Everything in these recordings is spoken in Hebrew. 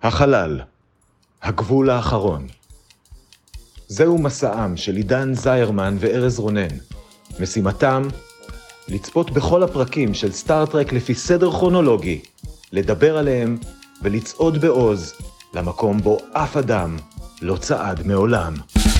החלל, הגבול האחרון. זהו מסעם של עידן זיירמן וארז רונן. משימתם, לצפות בכל הפרקים של סטארטרק לפי סדר כרונולוגי, לדבר עליהם ולצעוד בעוז למקום בו אף אדם לא צעד מעולם.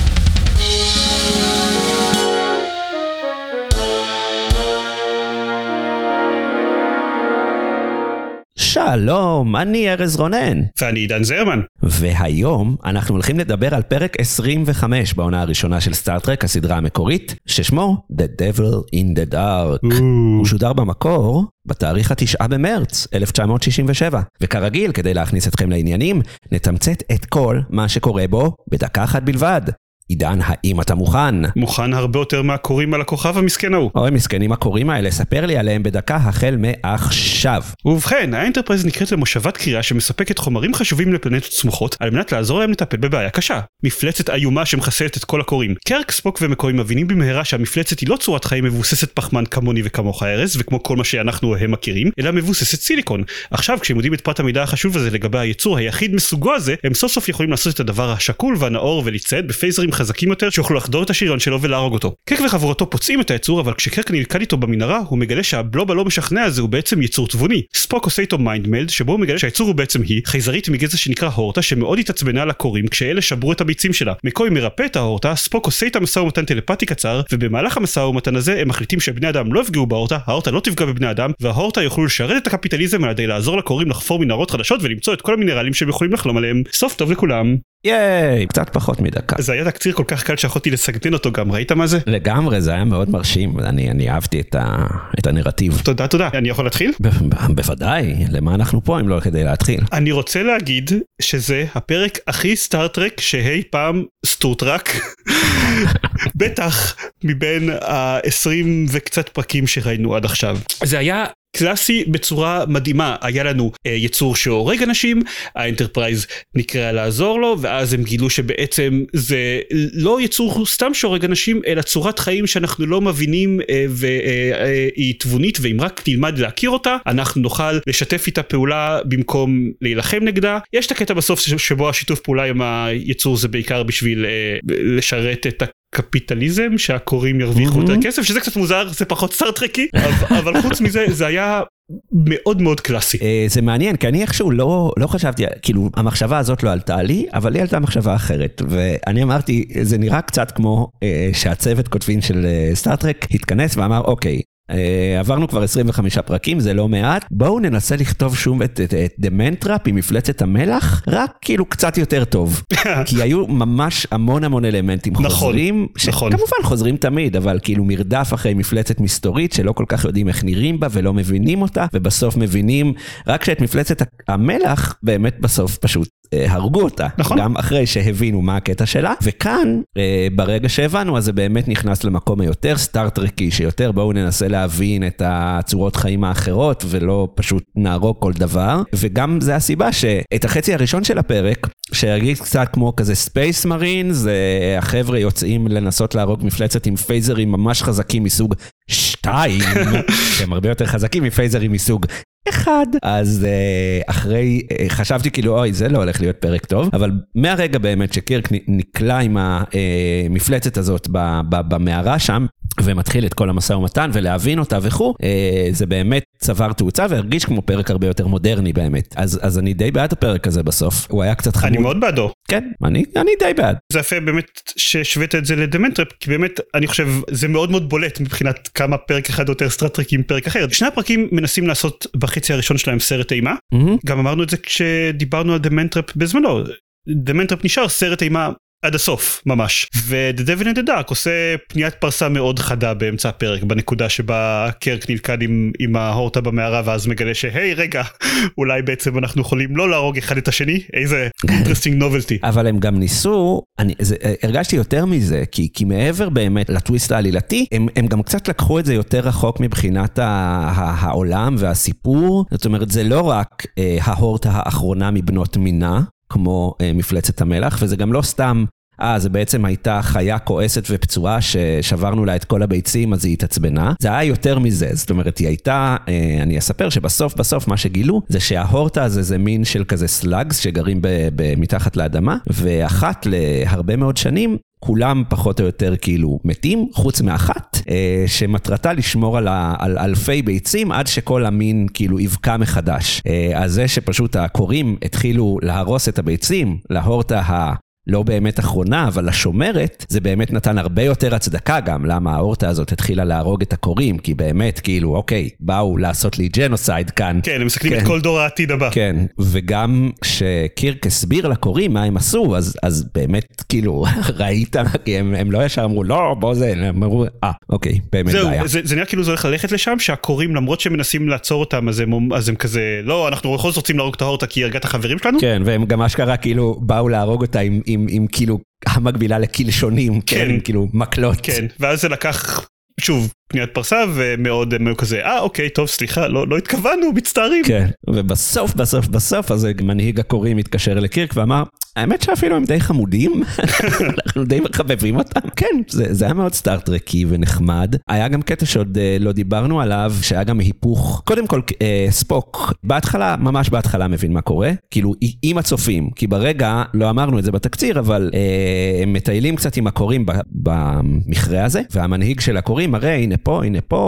שלום, אני ארז רונן. ואני עידן זיירמן. והיום אנחנו הולכים לדבר על פרק 25 בעונה הראשונה של סטארטרק, הסדרה המקורית, ששמו The Devil in the Dark. הוא שודר במקור בתאריך 9 במרץ 1967. וכרגיל, כדי להכניס אתכם לעניינים, נתמצת את כל מה שקורה בו בדקה אחת בלבד. עידן, האם אתה מוכן? מוכן הרבה יותר מהקוראים על הכוכב המסכן ההוא. אוי, מסכנים הקוראים האלה, ספר לי עליהם בדקה החל מעכשיו. ובכן, האנטרפרייז נקראת למושבת קריאה שמספקת חומרים חשובים לפלנטות סמוכות, על מנת לעזור להם לטפל בבעיה קשה. מפלצת איומה שמחסלת את כל הקוראים. קרק, ספוק ומקורי מבינים במהרה שהמפלצת היא לא צורת חיים מבוססת פחמן כמוני וכמוך ארז, וכמו כל מה שאנחנו הם מכירים, אלא מבוססת סיליקון. עכשיו, כשהם יודעים את פרט המידע החשוב הזה לגבי היצור היחיד מסוגו הזה, הם סוף סוף יכולים לעשות את הדבר השקול והנאור ולצעד בפייזרים חזקים יותר שיוכלו לחדור את השריון שלו ולהרוג אותו. קרק וחברותו פוצעים את היצור, אבל כשקרק נלכד איתו במנהרה, הוא מגלה שהבלוב הלא משכנע הזה הוא בעצם יצור תבוני. ספוק עושה איתו מיינד מלד, שבו הוא מגלה שהיצור הוא בעצם היא, חייזרית מגזע שנקרא הורטה, שמאוד התעצבנה על הקוראים כשאלה שברו את הביצים שלה. מקוי מרפא את ההורטה, ספוק עושה איתה משא ומתן טלפתי קצר, ובמהלך המשא ומתן הזה הם מחליטים שבני אדם לא יפגעו בהורטה, ההורטה לא תפגע בבני אדם, וההורטה יוכלו לשרת את הקפיטליזם על ידי לעזור לקוראים לחפור מנהרות חדשות ולמצוא את כל המינרלים שהם יכולים לחלום עליהם. סוף טוב לכולם. ייי, קצת פחות מדקה. זה היה תקציר כל כך קל שיכולתי לסגנן אותו גם, ראית מה זה? לגמרי, זה היה מאוד מרשים, אני אהבתי את הנרטיב. תודה. אני יכול להתחיל? בוודאי, למה אנחנו פה אם לא כדי להתחיל? אני רוצה להגיד שזה הפרק הכי סטארטרק שהי פעם סטורטרק, בטח מבין ה-20 וקצת פרקים שראינו עד עכשיו. זה היה קלאסי בצורה מדהימה. היה לנו יצור שהורג אנשים, האנטרפרייז נקרא לעזור לו, ואז הם גילו שבעצם זה לא יצור סתם שהורג אנשים, אלא צורת חיים שאנחנו לא מבינים והיא תבונית, ואם רק נלמד להכיר אותה, אנחנו נוכל לשתף איתה פעולה במקום להילחם נגדה. יש את הקטע בסוף שבו השיתוף פעולה עם היצור זה בעיקר בשביל לשרת את קפיטליזם, שהקוראים ירוויחו יותר כסף, שזה קצת מוזר, זה פחות סטארטרקי, אבל חוץ מזה, זה היה מאוד מאוד קלאסי. זה מעניין, כי אני איכשהו לא חשבתי, כאילו, המחשבה הזאת לא עלתה לי, אבל לי עלתה מחשבה אחרת, ואני אמרתי, זה נראה קצת כמו שהצוות כותבים של סטארטרק התכנס ואמר, אוקיי, עברנו כבר 25 פרקים, זה לא מעט, בואו ננסה לכתוב שום את דמנטראפ עם מפלצת המלח, רק כאילו קצת יותר טוב, כי היו ממש המון אלמנטים חוזרים, שכמובן חוזרים תמיד, אבל כאילו מרדף אחרי מפלצת מסתורית, שלא כל כך יודעים איך נראים בה, ולא מבינים אותה, ובסוף מבינים, רק שאת מפלצת המלח, באמת בסוף פשוט הרגו אותה, גם אחרי שהבינו מה הקטע שלה, וכאן, ברגע שהבנו, אז זה באמת נכנס למקום היותר סטארטרקי, שיותר בואו ננסה להבין את הצורות חיים האחרות, ולא פשוט נהרוג כל דבר, וגם זה הסיבה שאת החצי הראשון של הפרק, שהרגיש קצת כמו כזה ספייס מרין, זה החבר'ה יוצאים לנסות להרוג מפלצת עם פייזרים ממש חזקים מסוג 2, שהם הרבה יותר חזקים מפייזרים מסוג 1, אז אחרי, חשבתי כאילו, אוי, זה לא הולך להיות פרק טוב, אבל מהרגע באמת שקרק נקלע עם המפלצת הזאת במערה שם, ומתחיל את כל המשא ומתן ולהבין אותה וכו', זה באמת צבר תאוצה והרגיש כמו פרק הרבה יותר מודרני באמת. אז אני די בעד הפרק הזה בסוף. הוא היה קצת חמוד. אני מאוד בעדו. כן, אני די בעד. זה יפה באמת ששווית את זה לדמנטראפ, כי באמת אני חושב זה מאוד מאוד בולט מבחינת כמה פרק אחד יותר סטארטרק עם פרק אחר. שני הפרקים מנסים לעשות בחצי הראשון שלהם סרט אימה. גם אמרנו את זה כשדיברנו על דמנטראפ בזמנו. דמנטראפ נשאר סרט אימה עד הסוף, ממש. ו-The Devil in the Dark עושה פניית פרסה מאוד חדה באמצע הפרק, בנקודה שבה קרק נלכד עם ההורטה במערה, ואז מגלה שהי, רגע, אולי בעצם אנחנו יכולים לא להרוג אחד את השני, איזה interesting novelty. אבל הם גם ניסו, הרגשתי יותר מזה, כי מעבר באמת לטוויסט העלילתי, הם גם קצת לקחו את זה יותר רחוק מבחינת העולם והסיפור, זאת אומרת, זה לא רק ההורטה האחרונה מבנות מינה, כמו מפלצת המלח, וזה גם לא סתם זה בעצם הייתה חיה כועסת ופצועה ששברנו לה את כל הביצים, אז היא התעצבנה. זה היה יותר מזה, זאת אומרת, היא הייתה, אני אספר שבסוף מה שגילו, זה שההורטה הזה זה מין של כזה סלאגס שגרים מתחת לאדמה, ואחת להרבה מאוד שנים, כולם פחות או יותר כאילו מתים, חוץ מאחת, שמטרתה לשמור על אלפי ביצים, עד שכל המין כאילו יבקע מחדש. אז זה שפשוט הקורים התחילו להרוס את הביצים, להורטה לא באמת אחרונה, אבל השומרת, זה באמת נתן הרבה יותר הצדקה גם, למה ההורטה הזאת התחילה להרוג את הקורים, כי באמת כאילו, אוקיי, באו לעשות לי ג'נוסייד כאן. כן, הם מסתכלים את כל דור העתיד הבא. כן, וגם שקירק הסביר לקורים מה הם עשו, אז באמת כאילו, ראית, כי הם לא ישר אמרו, לא, בוא זה, הם אמרו, אוקיי, באמת בעיה. זה נראה כאילו זה הולך ללכת לשם, שהקורים, למרות שמנסים לעצור אותם, אז הם כזה, לא, אנחנו בכל זאת רוצים להרוג את ההורטה, כי היא הרגה את החברים שלנו. כן, והם גם אשכרה כאילו באו להרוג אותה עם כאילו המקבילה לקלשונים, כן, כאילו מקלות. כן, ואז זה לקח, שוב, פניית פרסה, ומאוד כזה, אוקיי, טוב, סליחה, לא התכוונו, מצטערים. כן, ובסוף, אז מנהיג הקוראים התקשר לקירק ואמר, האמת שאפילו הם די חמודים, אנחנו די מחבבים אותם. כן, זה היה מאוד סטארטרקי ונחמד. היה גם קטע שעוד לא דיברנו עליו, שהיה גם היפוך. קודם כל, ספוק, ממש בהתחלה מבין מה קורה, כאילו עם הצופים, כי ברגע, לא אמרנו את זה בתקציר, אבל הם מטיילים קצת עם הקוראים במכרה הזה, והמנהיג של הקוראים מראה, הנה פה,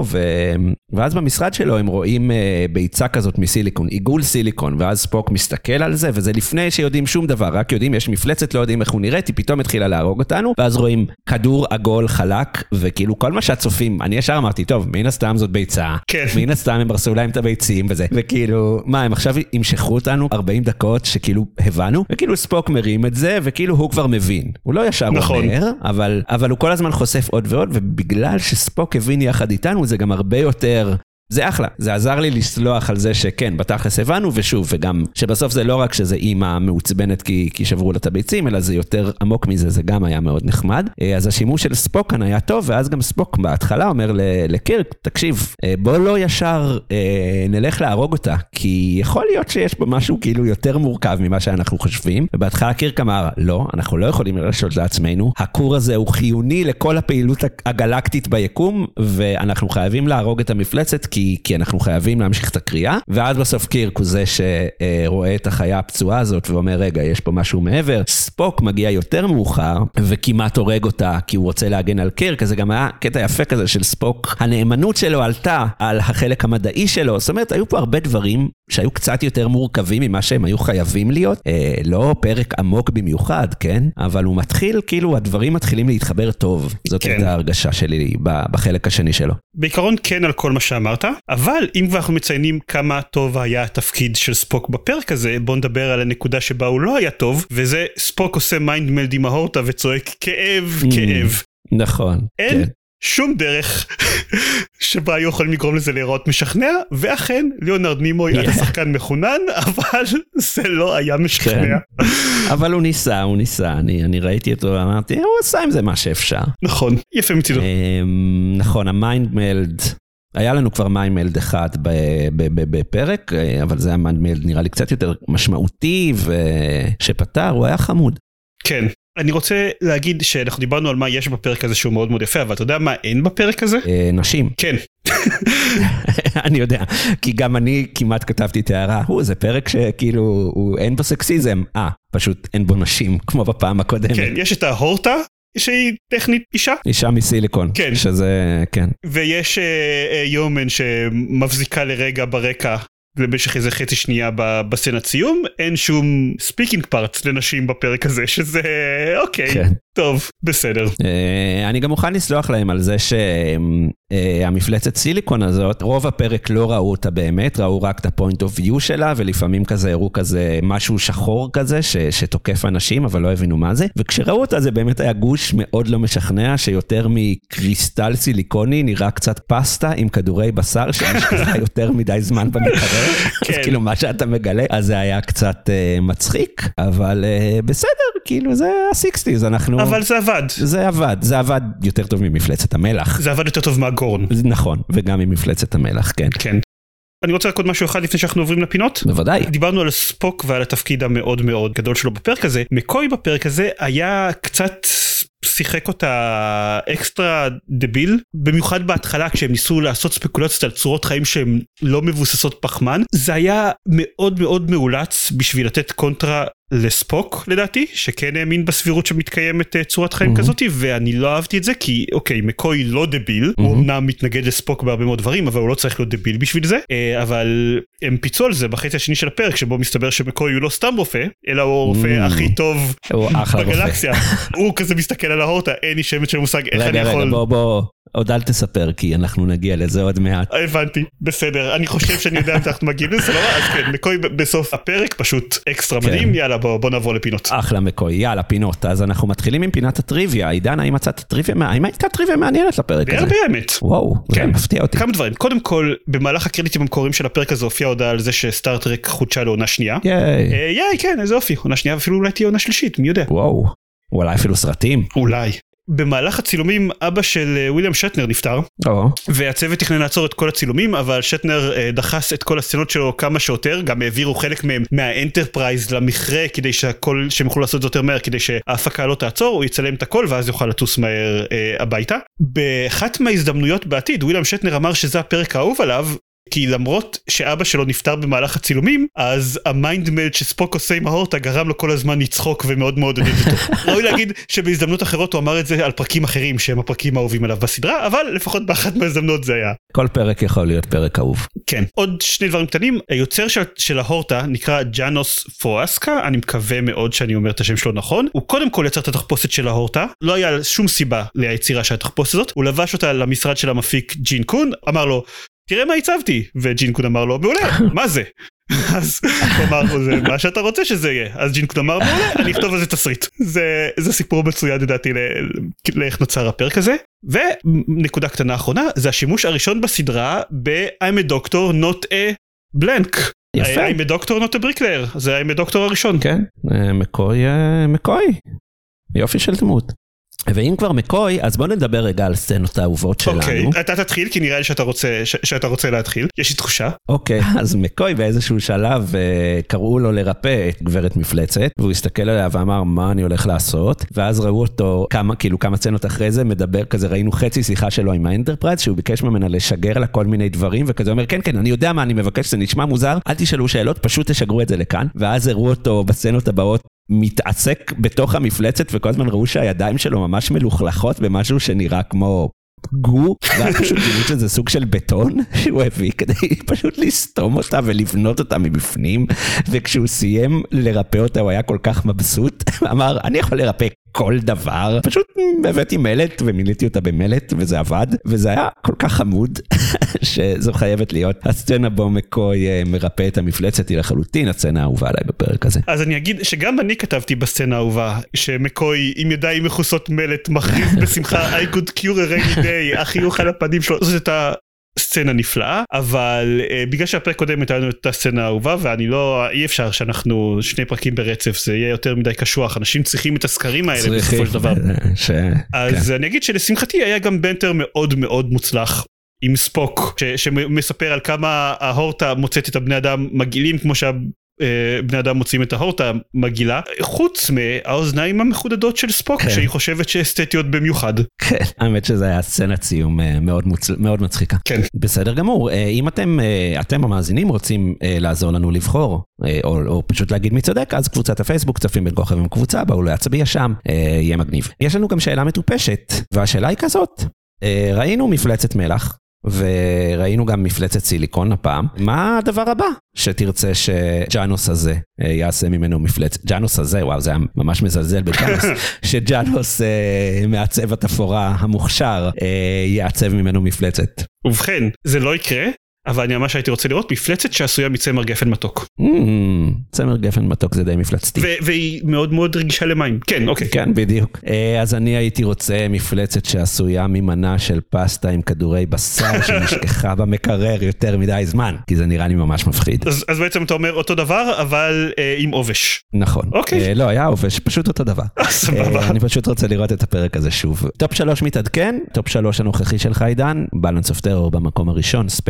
ואז במשרד שלו הם רואים ביצה כזאת מסיליקון, עיגול סיליקון, ואז ספוק מסתכל על זה, וזה לפני שיודעים שום דבר, רק יודעים, יש מפלצת, לא יודעים איך הוא נראית, היא פתאום התחילה להרוג אותנו, ואז רואים כדור עגול חלק, וכאילו כל מה שהצופים, אני ישר אמרתי, טוב, מן הסתם זאת ביצה, כן. מן הסתם הם הרסו להם את הביצים וזה, וכאילו, מה, הם עכשיו ימשכו אותנו 40 דקות שכאילו הבנו, וכאילו ספוק מרים את זה, וכאילו הוא כבר מבין, הוא לא ישר אומר, אבל הוא כל הזמן חושף עוד ועוד, ובגלל שספוק הבין יחד איתנו, זה גם הרבה יותר, זה אחלה, זה עזר לי לסלוח על זה שכן, בתכלס הבנו, ושוב, וגם שבסוף זה לא רק שזה אימא מעוצבנת כי שברו לה את הביצים, אלא זה יותר עמוק מזה, זה גם היה מאוד נחמד. אז השימוש של ספוק כאן היה טוב, ואז גם ספוק בהתחלה אומר לקירק, תקשיב, בוא לא ישר נלך להרוג אותה, כי יכול להיות שיש פה משהו כאילו יותר מורכב ממה שאנחנו חושבים, ובהתחלה קירק אמר, לא, אנחנו לא יכולים לרשות לעצמנו, הכור הזה הוא חיוני לכל הפעילות הגלקטית ביקום, ואנחנו חייבים להרוג את המפלצת, כי אנחנו חייבים להמשיך את הקריאה, ואז בסוף קירק הוא זה שרואה את החיה הפצועה הזאת, ואומר, רגע, יש פה משהו מעבר. ספוק מגיע יותר מאוחר, וכמעט הורג אותה, כי הוא רוצה להגן על קירק, אז זה גם היה קטע יפה כזה של ספוק. הנאמנות שלו עלתה על החלק המדעי שלו, זאת אומרת, היו פה הרבה דברים שהיו קצת יותר מורכבים ממה שהם היו חייבים להיות, לא פרק עמוק במיוחד, כן? אבל הוא מתחיל, כאילו הדברים מתחילים להתחבר טוב. זאת הייתה ההרגשה שלי בחלק השני שלו. בעיקרון כן על כל מה שאמרת, אבל אם כבר אנחנו מציינים כמה טוב היה התפקיד של ספוק בפרק הזה, בוא נדבר על הנקודה שבה הוא לא היה טוב, וזה ספוק עושה מיינד מלד עם ההורטה וצועק כאב. נכון. אין שום דרך שבה היו יכולים לגרום לזה להיראות משכנע, ואכן ליאונרד נימוי היה שחקן מחונן, אבל זה לא היה משכנע. אבל הוא ניסה, אני ראיתי אותו ואמרתי, הוא עשה עם זה מה שאפשר. נכון, יפה מצידו. נכון, המיינד מלד, היה לנו כבר מיינד מלד אחד בפרק, אבל זה המיינד מלד נראה לי קצת יותר משמעותי, ושפטר, הוא היה חמוד. כן. אני רוצה להגיד שאנחנו דיברנו על מה יש בפרק הזה שהוא מאוד מאוד יפה, אבל אתה יודע מה אין בפרק הזה? נשים. כן. אני יודע, כי גם אני כמעט כתבתי את הערה, זה פרק שכאילו אין בו סקסיזם, פשוט אין בו נשים, כמו בפעם הקודמת. כן, יש את ההורטה, שהיא טכנית אישה. אישה מסיליקון. כן. שזה, כן. ויש יומן שמבזיקה לרגע ברקע, במשך איזה חצי שנייה בסצנת סיום, אין שום ספיקינג פארטס לנשים בפרק הזה, שזה אוקיי, כן. טוב, בסדר. אני גם מוכן לסלוח להם על זה שהמפלצת סיליקון הזאת, רוב הפרק לא ראו אותה באמת, ראו רק את הפוינט אוף ויו שלה, ולפעמים כזה הראו כזה משהו שחור כזה, שתוקף אנשים, אבל לא הבינו מה זה, וכשראו אותה זה באמת היה גוש מאוד לא משכנע, שיותר מקריסטל סיליקוני, נראה קצת פסטה עם כדורי בשר, שנשכחה יותר מדי זמן במקרר, אז כאילו מה שאתה מגלה, אז זה היה קצת מצחיק, אבל בסדר, כאילו זה ה-60s, אנחנו... אבל זה עבד. זה עבד יותר טוב ממפלצת המלח. זה עבד יותר טוב מהגורן. נכון, וגם ממפלצת המלח, כן. כן. אני רוצה רק עוד משהו אחד לפני שאנחנו עוברים לפינות. בוודאי. דיברנו על ספוק ועל התפקיד המאוד מאוד גדול שלו בפרק הזה. מקוי בפרק הזה היה קצת שיחק אותה אקסטרה דביל, במיוחד בהתחלה כשהם ניסו לעשות ספקולציות על צורות חיים שהן לא מבוססות פחמן. זה היה מאוד מאוד מאולץ בשביל לתת קונטרה לספוק לדעתי, שכן האמין בסבירות שמתקיימת צורת חיים כזאת, ואני לא אהבתי את זה כי אוקיי, מקוי לא דביל, הוא אמנם מתנגד לספוק בהרבה מאוד דברים, אבל הוא לא צריך להיות דביל בשביל זה, אבל הם פיצו על זה בחצי השני של הפרק, שבו מסתבר שמקוי הוא לא סתם רופא, אלא הוא הרופא הכי טוב בגלקסיה. הוא כזה מסתכל על ההורטה, אין לי שמץ של מושג איך אני יכול... רגע, בוא, עוד אל תספר, כי אנחנו נגיע לזה עוד מעט. הבנתי, בסדר, אני חושב שאני יודע אם אנחנו מגיעים לזה, לא? אז כן, מקוי בסוף הפרק פשוט אקסטרה מדהים, יאללה בוא נעבור לפינות. אחלה מקוי, יאללה פינות, אז אנחנו מתחילים עם פינת הטריוויה. עידן, האם מצאת טריוויה, האם הייתה טריוויה מעניינת לפרק הזה? הרבה האמת. וואו, זה מפתיע אותי. כמה דברים, קודם כל, במהלך הקרדיטים המקוריים של הפרק הזה הופיעה הודעה על זה שסטארטרק חודשה לעונה שנייה. ייי, כן, איזה אופי, עונה שנייה ואפילו אולי תהיה עונה שלישית, מי יודע. וואו, אולי אפילו סרטים. אולי. במהלך הצילומים אבא של וויליאם שטנר נפטר, והצוות תכנן לעצור את כל הצילומים, אבל שטנר דחס את כל הסצנות שלו כמה שיותר, גם העבירו חלק מהם מהאנטרפרייז למכרה, כדי שהם יוכלו לעשות זה יותר מהר, כדי שההפקה לא תעצור, הוא יצלם את הכל ואז יוכל לטוס מהר הביתה. באחת מההזדמנויות בעתיד וויליאם שטנר אמר שזה הפרק האהוב עליו, כי למרות שאבא שלו נפטר במהלך הצילומים, אז המיינד מלד שספוק עושה עם ההורטה גרם לו כל הזמן לצחוק ומאוד מאוד עודד אותו. ראוי להגיד שבהזדמנות אחרות הוא אמר את זה על פרקים אחרים שהם הפרקים האהובים עליו בסדרה, אבל לפחות באחת מההזדמנות זה היה. כל פרק יכול להיות פרק אהוב. כן. עוד שני דברים קטנים, היוצר של ההורטה נקרא ג'אנוס פואסקה, אני מקווה מאוד שאני אומר את השם שלו נכון. הוא קודם כל יצר את התחפושת של ההורטה, לא היה שום סיבה ליצירה של התחפושת הזאת, הוא לבש אותה למשרד של המפיק ג'ין קון, אמר לו תראה מה הצבתי, וג'ינקון אמר לו, מעולה, מה זה? אז הוא אמר לו, זה מה שאתה רוצה שזה יהיה. אז ג'ינקון אמר, מעולה, אני אכתוב על זה תסריט. זה סיפור מצוין, לדעתי, לאיך נוצר הפרק הזה. ונקודה קטנה אחרונה, זה השימוש הראשון בסדרה ב-I'm a doctor, not a blank. יפה. I'm a doctor, not a bricklayer. זה I'm a doctor הראשון. כן, מקוי. יופי של דמות. ואם כבר מקוי, אז בוא נדבר רגע על סצנות האהובות שלנו. אוקיי, אתה תתחיל, כי נראה לי שאתה רוצה להתחיל. יש לי תחושה. אוקיי, אז מקוי באיזשהו שלב קראו לו לרפא את גברת מפלצת, והוא הסתכל עליה ואמר, מה אני הולך לעשות? ואז ראו אותו כמה סצנות אחרי זה, מדבר כזה, ראינו חצי שיחה שלו עם האנטרפרייז, שהוא ביקש ממנה לשגר לה כל מיני דברים, וכזה אומר, כן, אני יודע מה אני מבקש, זה נשמע מוזר, אל תשאלו שאלות, פשוט תשגרו את זה לכאן. ואז הראו אותו בסצנות הבאות מתעסק בתוך המפלצת, וכל הזמן ראו שהידיים שלו ממש מלוכלכות במשהו שנראה כמו גו, ואז פשוט גילינו שזה סוג של בטון שהוא הביא כדי פשוט לסתום אותה ולבנות אותה מבפנים, וכשהוא סיים לרפא אותה הוא היה כל כך מבסוט, אמר אני יכול לרפא כל דבר, פשוט הבאתי מלט ומיליתי אותה במלט וזה עבד, וזה היה כל כך חמוד שזו חייבת להיות הסצנה בו מקוי מרפא את המפלצת, היא לחלוטין הסצנה האהובה עליי בפרק הזה. אז אני אגיד שגם אני כתבתי בסצנה האהובה שמקוי עם ידיים מכוסות מלט מכריז בשמחה I could cure a rainy day, החיוך על הפנים שלו, זאת הייתה סצנה נפלאה, אבל בגלל שהפרק קודם הייתה לנו את הסצנה האהובה, ואני לא, אי אפשר שאנחנו שני פרקים ברצף, זה יהיה יותר מדי קשוח, אנשים צריכים את הסקרים האלה בסופו של דבר. אז אני אגיד שלשמחתי היה גם בנטר מאוד מאוד מוצלח עם ספוק, שמספר על כמה ההורטה מוצאת את הבני אדם מגעילים, כמו בני אדם מוצאים את ההורטה מגילה, חוץ מהאוזניים המחודדות של ספוק, שהיא חושבת שאסתטיות במיוחד. כן, האמת שזה היה סצנת סיום מאוד מצחיקה. כן. בסדר גמור, אם אתם המאזינים רוצים לעזור לנו לבחור, או פשוט להגיד מי צודק, אז קבוצת הפייסבוק, צופים בין כוכבים עם קבוצה, באו להצביע שם, יהיה מגניב. יש לנו גם שאלה מטופשת, והשאלה היא כזאת, ראינו מפלצת מלח, וראינו גם מפלצת סיליקון הפעם. מה הדבר הבא שתרצה שג'אנוס הזה יעשה ממנו מפלצת? ג'אנוס הזה, וואו, זה היה ממש מזלזל בג'אנוס, שג'אנוס מעצב התפאורה המוכשר יעצב ממנו מפלצת. ובכן, זה לא יקרה, אבל אני ממש הייתי רוצה לראות מפלצת שעשויה מצמר גפן מתוק. צמר גפן מתוק זה די מפלצתי. והיא מאוד מאוד רגישה למים. כן, אוקיי. כן, בדיוק. אז אני הייתי רוצה מפלצת שעשויה ממנה של פסטה עם כדורי בשר שנשכחה במקרר יותר מדי זמן, כי זה נראה לי ממש מפחיד. אז בעצם אתה אומר אותו דבר, אבל עם עובש. נכון. אוקיי. לא, היה עובש, פשוט אותו דבר. סבבה. אני פשוט רוצה לראות את הפרק הזה שוב. טופ 3 מתעדכן, טופ 3 הנוכחי שלך עידן, Balance of Terror במקום הראשון, Space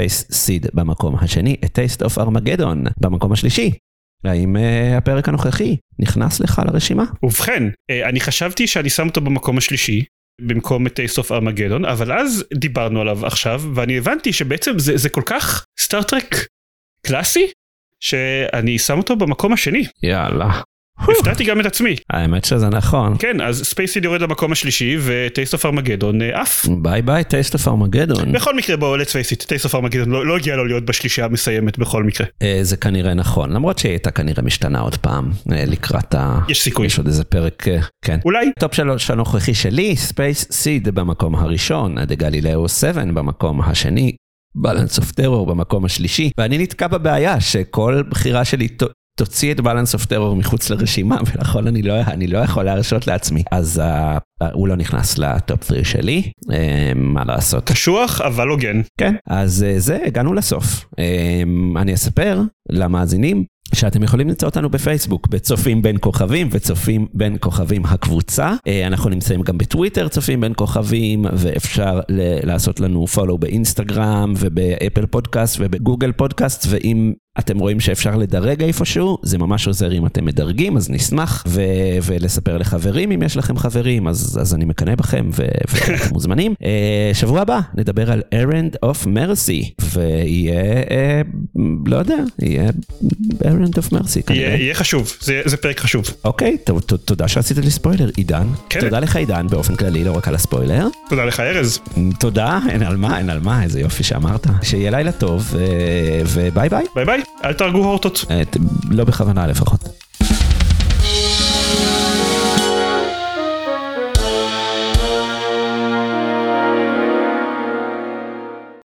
Seed במקום השני, A Taste of Armageddon במקום השלישי. האם הפרק הנוכחי נכנס לך לרשימה? ובכן, אני חשבתי שאני שם אותו במקום השלישי, במקום Taste of Armageddon, אבל אז דיברנו עליו עכשיו, ואני הבנתי שבעצם זה כל כך סטארטרק קלאסי, שאני שם אותו במקום השני. יאללה. הפתעתי גם את עצמי. האמת שזה נכון. כן, אז ספייסיד יורד למקום השלישי, ו-Taste of Armageddon אף. ביי ביי, Taste of Armageddon. בכל מקרה, בואו, let's face it, Taste of Armageddon לא הגיע לו להיות בשלישייה המסיימת בכל מקרה. זה כנראה נכון, למרות שהיא הייתה כנראה משתנה עוד פעם, לקראת יש סיכוי. יש עוד איזה פרק, כן. אולי. טופ 3 הנוכחי שלי, Space Seed במקום הראשון, The Galileo 7 במקום השני, Balance of Terror במקום השלישי, ואני נתקע בבעיה שכל בחירה שלי תוציא את Balance of Terror מחוץ לרשימה, ולכן אני לא יכול להרשות לעצמי. אז הוא לא נכנס לטופ 3 שלי, מה לעשות? קשוח, אבל הוגן. כן, אז הגענו לסוף. אני אספר למאזינים, שאתם יכולים למצוא אותנו בפייסבוק, בצופים בין כוכבים וצופים בין כוכבים הקבוצה. אנחנו נמצאים גם בטוויטר, צופים בין כוכבים, ואפשר לעשות לנו פולו באינסטגרם ובאפל פודקאסט ובגוגל פודקאסט, ואם אתם רואים שאפשר לדרג איפשהו, זה ממש עוזר אם אתם מדרגים, אז נשמח, ולספר לחברים, אם יש לכם חברים, אז אני מקנא בכם, ואתם מוזמנים. שבוע הבא נדבר על Errand of Mercy, ויהיה, לא יודע, יהיה Errand of Mercy. יהיה חשוב, זה פרק חשוב. אוקיי, תודה שעשית לי ספוילר, עידן. תודה לך עידן, באופן כללי, לא רק על הספוילר. תודה לך ארז. תודה, אין על מה, איזה יופי שאמרת. שיהיה לילה טוב, וביי ביי. ביי ביי, אל תרגו הורטות. לא בכוונה לפחות.